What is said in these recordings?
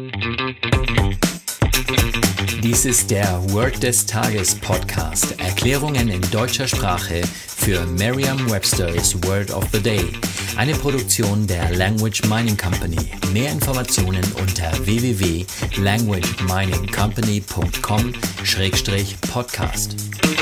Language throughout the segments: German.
Dies ist der Word des Tages Podcast. Erklärungen in deutscher Sprache für Merriam-Webster's Word of the Day. Eine Produktion der Language Mining Company. Mehr Informationen unter www.languageminingcompany.com/podcast.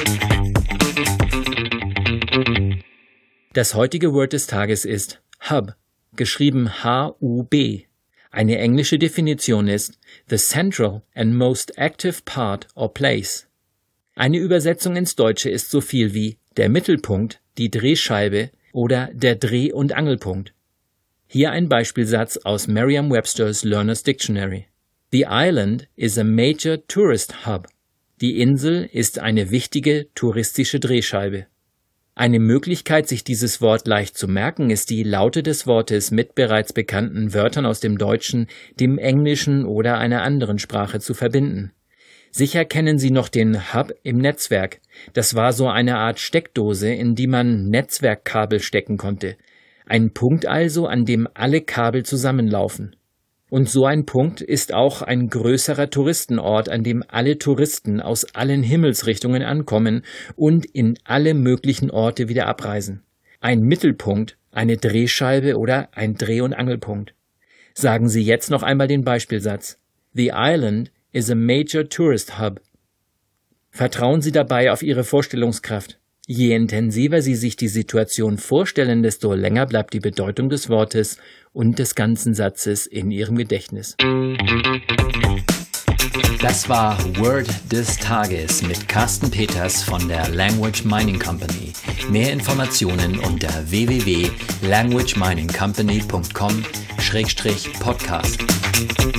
Das heutige Word des Tages ist Hub, geschrieben H-U-B. Eine englische Definition ist the central and most active part or place. Eine Übersetzung ins Deutsche ist so viel wie der Mittelpunkt, die Drehscheibe oder der Dreh- und Angelpunkt. Hier ein Beispielsatz aus Merriam-Webster's Learner's Dictionary. The island is a major tourist hub. Die Insel ist eine wichtige touristische Drehscheibe. Eine Möglichkeit, sich dieses Wort leicht zu merken, ist die Laute des Wortes mit bereits bekannten Wörtern aus dem Deutschen, dem Englischen oder einer anderen Sprache zu verbinden. Sicher kennen Sie noch den Hub im Netzwerk. Das war so eine Art Steckdose, in die man Netzwerkkabel stecken konnte. Ein Punkt also, an dem alle Kabel zusammenlaufen. Und so ein Punkt ist auch ein größerer Touristenort, an dem alle Touristen aus allen Himmelsrichtungen ankommen und in alle möglichen Orte wieder abreisen. Ein Mittelpunkt, eine Drehscheibe oder ein Dreh- und Angelpunkt. Sagen Sie jetzt noch einmal den Beispielsatz. The island is a major tourist hub. Vertrauen Sie dabei auf Ihre Vorstellungskraft. Je intensiver Sie sich die Situation vorstellen, desto länger bleibt die Bedeutung des Wortes und des ganzen Satzes in Ihrem Gedächtnis. Das war Word des Tages mit Carsten Peters von der Language Mining Company. Mehr Informationen unter www.languageminingcompany.com/podcast.